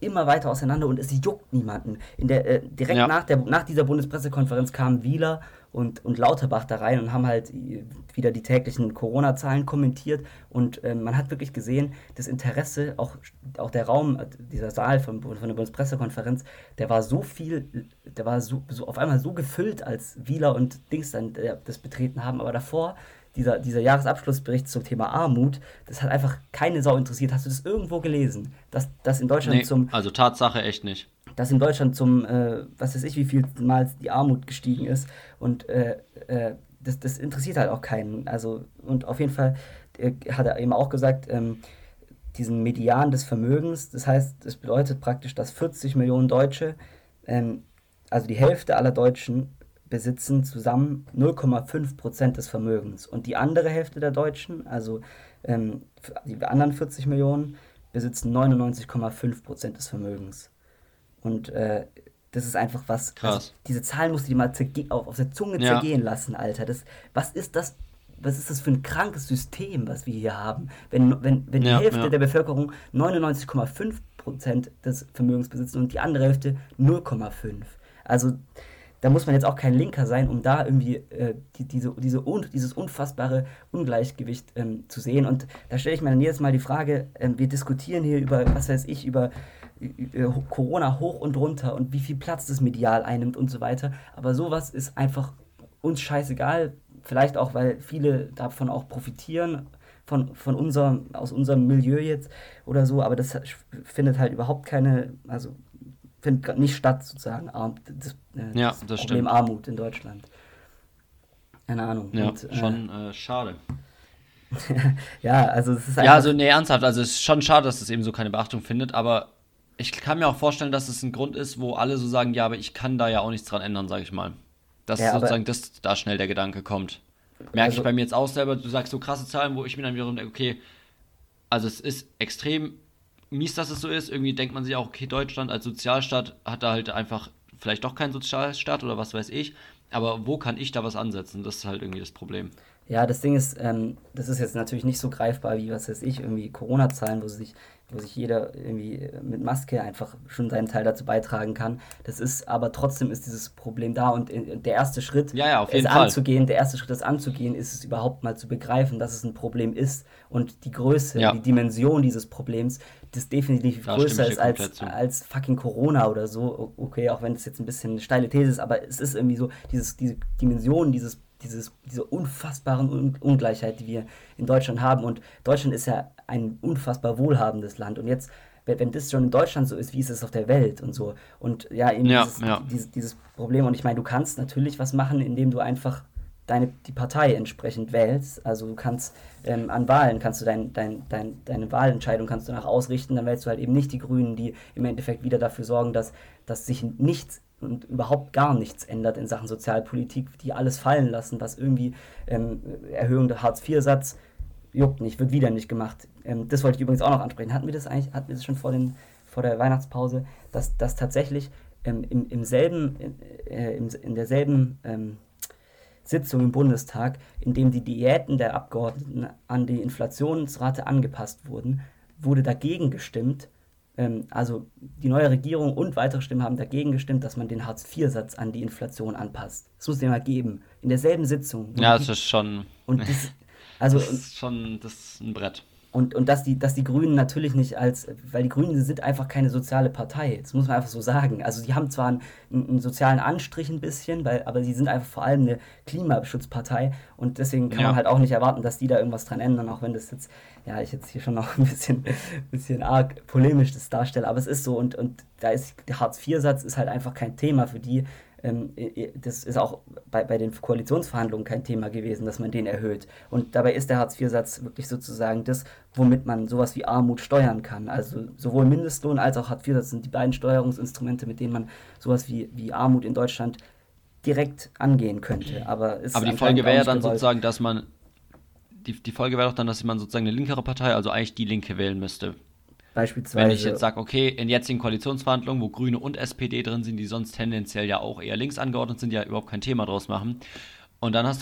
immer weiter auseinander und es juckt niemanden. In der, äh, direkt Ja. nach, der, nach dieser Bundespressekonferenz kamen Wieler und, und Lauterbach da rein und haben halt wieder die täglichen Corona-Zahlen kommentiert und äh, man hat wirklich gesehen, das Interesse, auch, auch der Raum, dieser Saal von, von der Bundespressekonferenz, der war so viel, der war so, so auf einmal so gefüllt, als Wieler und Dings dann äh, das betreten haben, aber davor Dieser, dieser Jahresabschlussbericht zum Thema Armut, das hat einfach keine Sau interessiert. Hast du das irgendwo gelesen? Dass, dass in Deutschland Nee, zum, also Tatsache echt nicht. dass in Deutschland zum, äh, was weiß ich, wie viel Mal die Armut gestiegen ist. Und äh, äh, das, das interessiert halt auch keinen. Also, und auf jeden Fall äh, hat er eben auch gesagt, ähm, diesen Median des Vermögens, das heißt, das bedeutet praktisch, dass vierzig Millionen Deutsche, ähm, also die Hälfte aller Deutschen, besitzen zusammen null Komma fünf Prozent des Vermögens. Und die andere Hälfte der Deutschen, also ähm, die anderen vierzig Millionen, besitzen neunundneunzig Komma fünf Prozent des Vermögens. Und äh, das ist einfach was, Krass. also diese Zahlen musst du dir mal zerge- auf, auf der Zunge Ja. zergehen lassen, Alter. Das, was ist das? Was ist das für ein krankes System, was wir hier haben? Wenn, wenn, wenn die Ja, Hälfte ja. der Bevölkerung neunundneunzig Komma fünf Prozent des Vermögens besitzen und die andere Hälfte null Komma fünf. Also da muss man jetzt auch kein Linker sein, um da irgendwie äh, die, diese, diese un, dieses unfassbare Ungleichgewicht ähm, zu sehen. Und da stelle ich mir dann jedes Mal die Frage, ähm, wir diskutieren hier über, was weiß ich, über, über Corona hoch und runter und wie viel Platz das medial einnimmt und so weiter. Aber sowas ist einfach uns scheißegal. Vielleicht auch, weil viele davon auch profitieren, von, von unserem, aus unserem Milieu jetzt oder so. Aber das findet halt überhaupt keine, also findet nicht statt, sozusagen, Arm, das, äh, Ja, das das Problem stimmt. Armut in Deutschland. Keine Ahnung. Ja, Und, äh, schon äh, schade. ja, also es ist einfach, Ja, also nee, ernsthaft, also es ist schon schade, dass es eben so keine Beachtung findet, aber ich kann mir auch vorstellen, dass es ein Grund ist, wo alle so sagen, ja, aber ich kann da ja auch nichts dran ändern, sage ich mal. Dass Ja, aber- sozusagen das, da schnell der Gedanke kommt. Merke Also- ich bei mir jetzt auch selber, du sagst so krasse Zahlen, wo ich mir dann wiederum denke, okay, also es ist extrem mies, dass es so ist. Irgendwie denkt man sich auch, okay, Deutschland als Sozialstaat hat da halt einfach vielleicht doch keinen Sozialstaat oder was weiß ich. Aber wo kann ich da was ansetzen? Das ist halt irgendwie das Problem. ja, das Ding ist, ähm, das ist jetzt natürlich nicht so greifbar wie, was weiß ich, irgendwie Corona-Zahlen, wo sich, wo sich jeder irgendwie mit Maske einfach schon seinen Teil dazu beitragen kann. Das ist, aber trotzdem ist dieses Problem da und in, der erste Schritt, Ja, ja, auf es jeden Fall. anzugehen, der erste Schritt, das anzugehen, ist es überhaupt mal zu begreifen, dass es ein Problem ist und die Größe, Ja. die Dimension dieses Problems, das definitiv Da größer stimme ich ist dir als, komplett zu. als fucking Corona oder so. Okay, auch wenn es jetzt ein bisschen eine steile These ist, aber es ist irgendwie so, dieses, diese Dimension, dieses, dieses, diese unfassbaren Un Ungleichheit, die wir in Deutschland haben. Und Deutschland ist ja ein unfassbar wohlhabendes Land. Und jetzt, wenn wenn das schon in Deutschland so ist, wie ist es auf der Welt und so. Und ja, eben Ja, dieses, ja. Dieses, dieses Problem. Und ich meine, du kannst natürlich was machen, indem du einfach deine, die Partei entsprechend wählst. Also du kannst ähm, an Wahlen, kannst du dein, dein, dein, deine Wahlentscheidung kannst du danach ausrichten, dann wählst du halt eben nicht die Grünen, die im Endeffekt wieder dafür sorgen, dass, dass sich nichts und überhaupt gar nichts ändert in Sachen Sozialpolitik, die alles fallen lassen, was irgendwie ähm, Erhöhung der Hartz vier Satz juckt nicht, wird wieder nicht gemacht. Ähm, das wollte ich übrigens auch noch ansprechen. Hatten wir das eigentlich, hatten wir das schon vor, den, vor der Weihnachtspause, dass, dass tatsächlich ähm, im, im selben, äh, im, in derselben ähm, Sitzung im Bundestag, in dem die Diäten der Abgeordneten an die Inflationsrate angepasst wurden, wurde dagegen gestimmt, ähm, also die neue Regierung und weitere Stimmen haben dagegen gestimmt, dass man den Hartz vier Satz an die Inflation anpasst. Das muss es ja mal geben. In derselben Sitzung. Und Ja, die- das ist schon, und das, also, das ist schon, das ist ein Brett. und, und dass, die, dass die Grünen natürlich nicht als, weil die Grünen sind einfach keine soziale Partei, das muss man einfach so sagen. Also die haben zwar einen, einen sozialen Anstrich ein bisschen, weil, aber sie sind einfach vor allem eine Klimaschutzpartei und deswegen kann Ja. man halt auch nicht erwarten, dass die da irgendwas dran ändern, auch wenn das jetzt, ja, ich jetzt hier schon noch ein bisschen, bisschen arg polemisch das darstelle, aber es ist so und, und da ist der Hartz vier Satz ist halt einfach kein Thema für die. Ähm, das ist auch bei, bei den Koalitionsverhandlungen kein Thema gewesen, dass man den erhöht. Und dabei ist der Hartz vier Satz wirklich sozusagen das, womit man sowas wie Armut steuern kann. Also sowohl Mindestlohn als auch Hartz vier Satz sind die beiden Steuerungsinstrumente, mit denen man sowas wie, wie Armut in Deutschland direkt angehen könnte. Aber, ist Aber die anscheinend Folge auch wäre ja nicht dann gewollt. sozusagen, dass man, die, die Folge wäre doch dann, dass man sozusagen eine linkere Partei, also eigentlich die Linke wählen müsste. Beispielsweise. Wenn ich jetzt sage, okay, in jetzigen Koalitionsverhandlungen, wo Grüne und S P D drin sind, die sonst tendenziell ja auch eher links angeordnet sind, ja überhaupt kein Thema draus machen. Und dann hast du aber das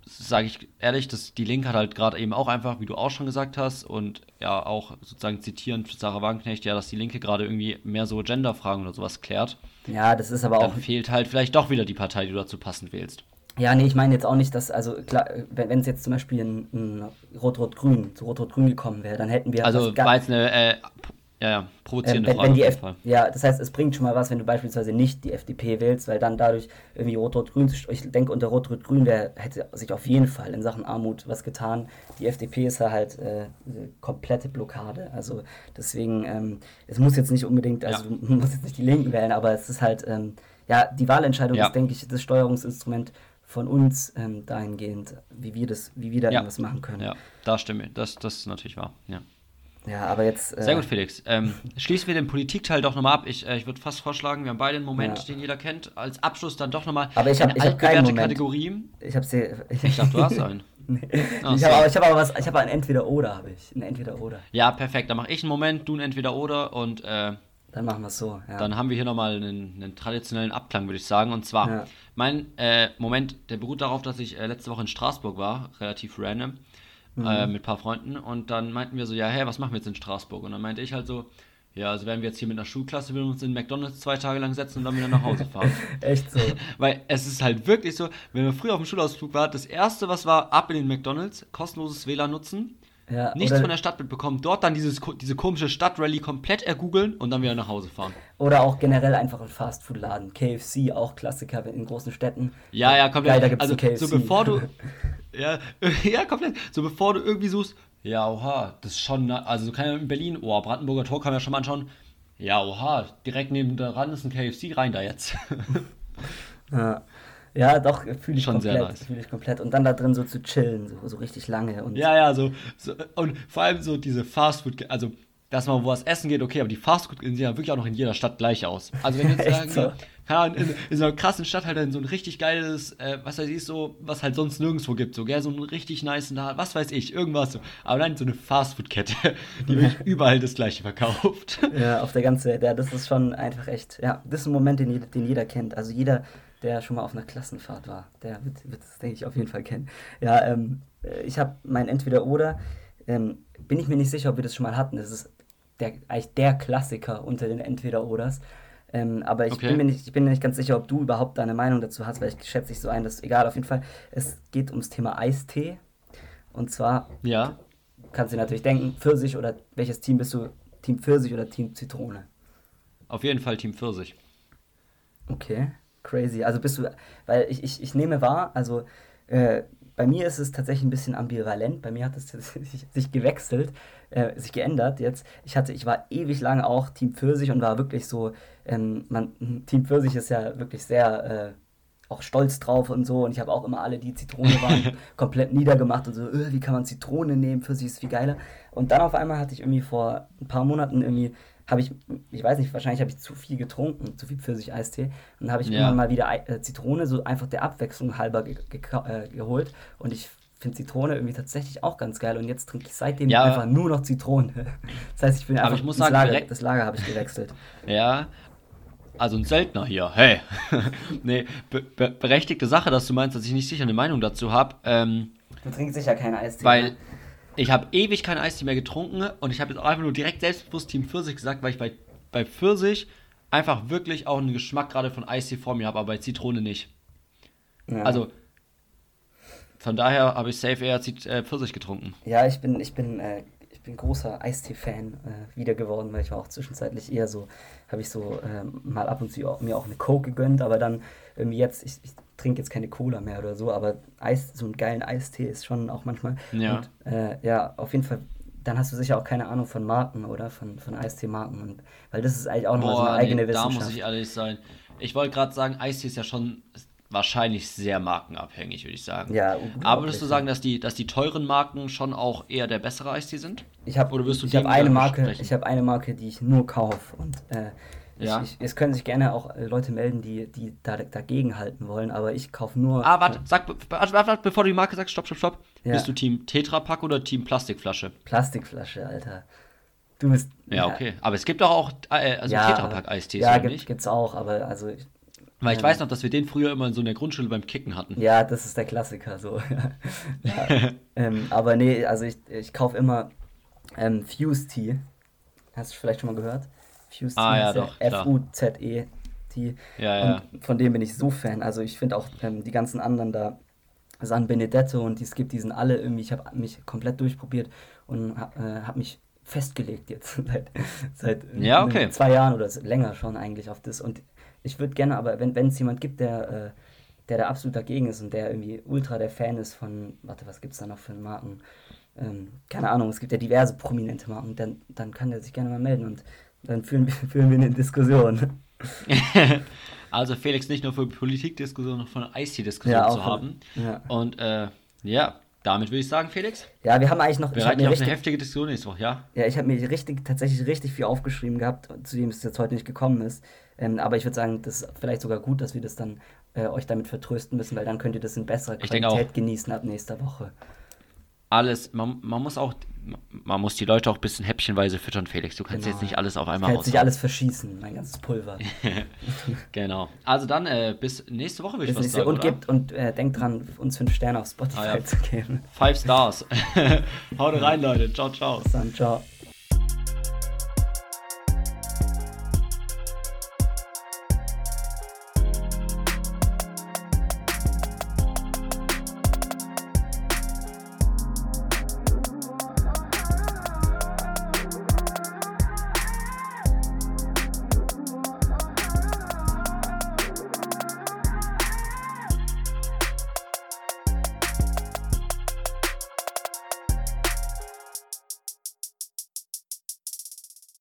sage ich ehrlich, dass die Linke hat halt gerade eben auch einfach, wie du auch schon gesagt hast, und ja auch sozusagen zitierend für Sarah Wagenknecht, ja, dass die Linke gerade irgendwie mehr so Genderfragen oder sowas klärt. Ja, das ist aber Dann auch. fehlt halt vielleicht doch wieder die Partei, die du dazu passend wählst. Ja, nee, ich meine jetzt auch nicht, dass, also klar, wenn wenn es jetzt zum Beispiel ein, ein Rot-Rot-Grün, zu Rot-Rot-Grün gekommen wäre, dann hätten wir Also was ga- war jetzt eine äh, ja, ja, ähm, provozierende wenn, Frage wenn auf die jeden F Fall. ja, das heißt, es bringt schon mal was, wenn du beispielsweise nicht die F D P wählst, weil dann dadurch irgendwie Rot-Rot-Grün, zu st- ich denke, unter Rot-Rot-Grün wär, hätte sich auf jeden Fall in Sachen Armut was getan. Die F D P ist ja halt äh, eine komplette Blockade, also deswegen, ähm, es muss jetzt nicht unbedingt, also Ja, du musst jetzt nicht die Linken wählen, aber es ist halt, ähm, ja, die Wahlentscheidung ist, ja, denke ich, das Steuerungsinstrument von uns ähm, dahingehend, wie wir das, wie wir da ja, irgendwas machen können. ja, da stimme ich. Das, das ist natürlich wahr. Ja. Ja, aber jetzt, Sehr äh, gut, Felix. Ähm, schließen wir den Politikteil doch nochmal ab. Ich, äh, ich würde fast vorschlagen, wir haben beide einen ja. Moment, den jeder kennt. Als Abschluss dann doch nochmal Aber ich habe eine ich hab keinen altbewährte Moment. Kategorie. Ich habe sie. Ich, Ich dachte, du hast einen. nee. Ach Ich habe so. aber, ich hab aber was. Ich habe ein Entweder-Oder, habe ich. Ein Entweder-Oder. Ja, perfekt. Dann mache ich einen Moment, du ein Entweder-Oder und äh, Dann machen wir es so, ja. dann haben wir hier nochmal einen, einen traditionellen Abklang, würde ich sagen. Und zwar, Ja. mein äh, Moment, der beruht darauf, dass ich äh, letzte Woche in Straßburg war, relativ random, äh, mit ein paar Freunden. Und dann meinten wir so, ja, hey, was machen wir jetzt in Straßburg? Und dann meinte ich halt so, ja, also wären wir jetzt hier mit einer Schulklasse, würden wir uns in McDonald's zwei Tage lang setzen und dann wieder nach Hause fahren. Echt so. Weil es ist halt wirklich so, wenn wir früher auf dem Schulausflug waren, das erste, was war, ab in den McDonald's, kostenloses W L A N nutzen, Ja, nichts oder, von der Stadt mitbekommen, dort dann dieses, ko- diese komische Stadtrallye komplett ergoogeln und dann wieder nach Hause fahren. oder auch generell einfach ein Fastfood-Laden. K F C, auch Klassiker in großen Städten. Ja, ja, Geil, komplett. da gibt's Also, ein K F C. so bevor du. Ja, ja, komplett. So bevor du irgendwie suchst, ja, oha, das ist schon. na- Also, so kann ja in Berlin, oh, Brandenburger Tor kann man ja schon mal anschauen. Ja, oha, direkt neben dran ist ein K F C, rein da jetzt. Ja, ja doch, fühle ich Schon sehr komplett. nice. Fühle ich komplett. Und dann da drin so zu chillen, so, so richtig lange. Und Ja, ja, so, so. Und vor allem so diese Fastfood, also, dass man wo was essen geht, okay, aber die Fastfood sehen ja wirklich auch noch in jeder Stadt gleich aus. Also, wenn wir jetzt Echt sagen, so. ja, keine Ahnung, in, in so einer krassen Stadt halt dann so ein richtig geiles, äh, was weiß ich, so, was halt sonst nirgendwo gibt, so, gell, so einen richtig nice Laden, was weiß ich, irgendwas so. Aber dann so eine Fastfood-Kette, die wirklich überall das Gleiche verkauft. Ja, auf der ganzen Welt. Ja, das ist schon einfach echt. Ja, das ist ein Moment, den jeder, den jeder kennt. Also jeder, der schon mal auf einer Klassenfahrt war, der wird, wird das, denke ich, auf jeden Fall kennen. Ja, ähm, äh, ich habe mein Entweder-Oder. Ähm, bin ich mir nicht sicher, ob wir das schon mal hatten. Das ist der, eigentlich der Klassiker unter den Entweder-Oders. Ähm, aber ich bin Okay. mir nicht, ich bin mir nicht ganz sicher, ob du überhaupt deine Meinung dazu hast, weil ich schätze dich so ein, dass egal, auf jeden Fall. Es geht ums Thema Eistee. Und zwar Ja. kannst du dir natürlich denken, Pfirsich oder welches Team bist du? Team Pfirsich oder Team Zitrone? Auf jeden Fall Team Pfirsich. Okay, crazy. Also bist du, weil ich, ich, ich nehme wahr, also äh, bei mir ist es tatsächlich ein bisschen ambivalent. Bei mir hat es sich, sich gewechselt, äh, sich geändert jetzt. Ich hatte, ich war ewig lange auch Team Pfirsich und war wirklich so, ähm, man, Team Pfirsich ist ja wirklich sehr äh, auch stolz drauf und so. Und ich habe auch immer alle, die Zitrone waren, komplett niedergemacht und so, äh, wie kann man Zitrone nehmen? Pfirsich ist viel geiler. Und dann auf einmal hatte ich irgendwie vor ein paar Monaten irgendwie, habe ich, ich weiß nicht, wahrscheinlich habe ich zu viel getrunken, zu viel Pfirsich-Eistee. Und dann habe ich Ja. irgendwann mal wieder Ei- äh, Zitrone, so einfach der Abwechslung halber ge geka- äh, geholt. Und ich finde Zitrone irgendwie tatsächlich auch ganz geil. Und jetzt trinke ich seitdem Ja, einfach nur noch Zitrone. Das heißt, ich bin aber einfach ich muss ins sagen, Lager, direkt, das Lager habe ich gewechselt. ja, also ein Söldner hier, hey. Nee, be be berechtigte Sache, dass du meinst, dass ich nicht sicher eine Meinung dazu habe. Ähm, Du trinkst sicher keinen Eistee, weil ne? ich habe ewig kein Eistee mehr getrunken und ich habe jetzt auch einfach nur direkt selbstbewusst Team Pfirsich gesagt, weil ich bei, bei Pfirsich einfach wirklich auch einen Geschmack gerade von Eistee vor mir habe, aber bei Zitrone nicht. Ja. Also von daher habe ich safe eher Zit äh, Pfirsich getrunken. Ja, ich bin, ich bin, äh, ich bin großer Eistee-Fan äh, wieder geworden, weil ich war auch zwischenzeitlich eher so, habe ich so ähm, mal ab und zu auch, mir auch eine Coke gegönnt, aber dann irgendwie jetzt, ich, ich trinke jetzt keine Cola mehr oder so, aber Eis, so einen geilen Eistee ist schon auch manchmal. Ja. Und äh, ja, auf jeden Fall, dann hast du sicher auch keine Ahnung von Marken, oder? Von, von Eistee-Marken. Und, weil das ist eigentlich auch nochmal so eine Boah, eigene nee, da Wissenschaft. muss ich ehrlich sein. Ich wollte gerade sagen, Eistee ist ja schon wahrscheinlich sehr markenabhängig, würde ich sagen. Ja, Aber unglaublich. würdest du sagen, dass die, dass die teuren Marken schon auch eher der bessere Eistee sind? Ich habe Oder wirst du ich hab dem eine wieder Marke, widersprechen? ich habe eine Marke, die ich nur kaufe und äh, ich, Ja. ich, es können sich gerne auch äh, Leute melden, die, die da, dagegen halten wollen, aber ich kaufe nur Ah, warte, sag, be- warte, warte, bevor du die Marke sagst, stopp, stopp, stopp. Ja. Bist du Team Tetrapack oder Team Plastikflasche? Plastikflasche, Alter. Du bist Ja, okay. Aber es gibt doch auch äh, also ja, Tetrapack-Eistees, ja, oder gibt, nicht? gibt's auch, aber also ich, Weil ich Ähm, weiß noch, dass wir den früher immer in so in der Grundschule beim Kicken hatten. Ja, das ist der Klassiker so. Ja. Ähm, aber nee, also ich, ich kaufe immer ähm, Fuse Tea. Hast du vielleicht schon mal gehört? Fuse Ah Tea ja, heißt der doch, klar. F U Z E Tea. Ja, Und ja. von dem bin ich so Fan. Also ich finde auch ähm, die ganzen anderen da, San Benedetto und die es gibt, die sind alle irgendwie, ich habe mich komplett durchprobiert und habe äh, hab mich festgelegt jetzt seit, seit Ja, äh, okay. zwei Jahren oder länger schon eigentlich auf das. Und ich würde gerne, aber wenn wenn es jemand gibt, der, äh, der da absolut dagegen ist und der irgendwie ultra der Fan ist von, warte, was gibt es da noch für Marken? Ähm, keine Ahnung, es gibt ja diverse prominente Marken, dann, dann kann der sich gerne mal melden und dann führen, wir- führen wir eine Diskussion. Also Felix nicht nur für Politikdiskussionen, sondern von Ja, Eistee-Diskussionen zu auch. haben. Ja. Und äh, ja, damit würde ich sagen, Felix, Ja, wir haben eigentlich noch, ich habe bereit mir dich auf eine richtig, heftige Diskussion nächste Woche, ja? ja, ich habe mir richtig, tatsächlich richtig viel aufgeschrieben gehabt, zu dem es jetzt heute nicht gekommen ist. Ähm, aber ich würde sagen, das ist vielleicht sogar gut, dass wir das dann äh, euch damit vertrösten müssen, weil dann könnt ihr das in besserer Ich denke auch, Qualität genießen ab nächster Woche. alles, man, man muss auch, man muss die Leute auch ein bisschen häppchenweise füttern, Felix. Du kannst Genau. jetzt nicht alles auf Ich einmal kann jetzt nicht raushauen. alles verschießen, mein ganzes Pulver. Genau. Also dann, äh, bis nächste Woche würde ich Bis was nächste sagen, und oder? gibt und äh, denkt dran, uns fünf Sterne auf Spotify Ah ja, zu geben. Five Stars. Haut rein, Leute. Ciao, ciao. Bis dann, ciao.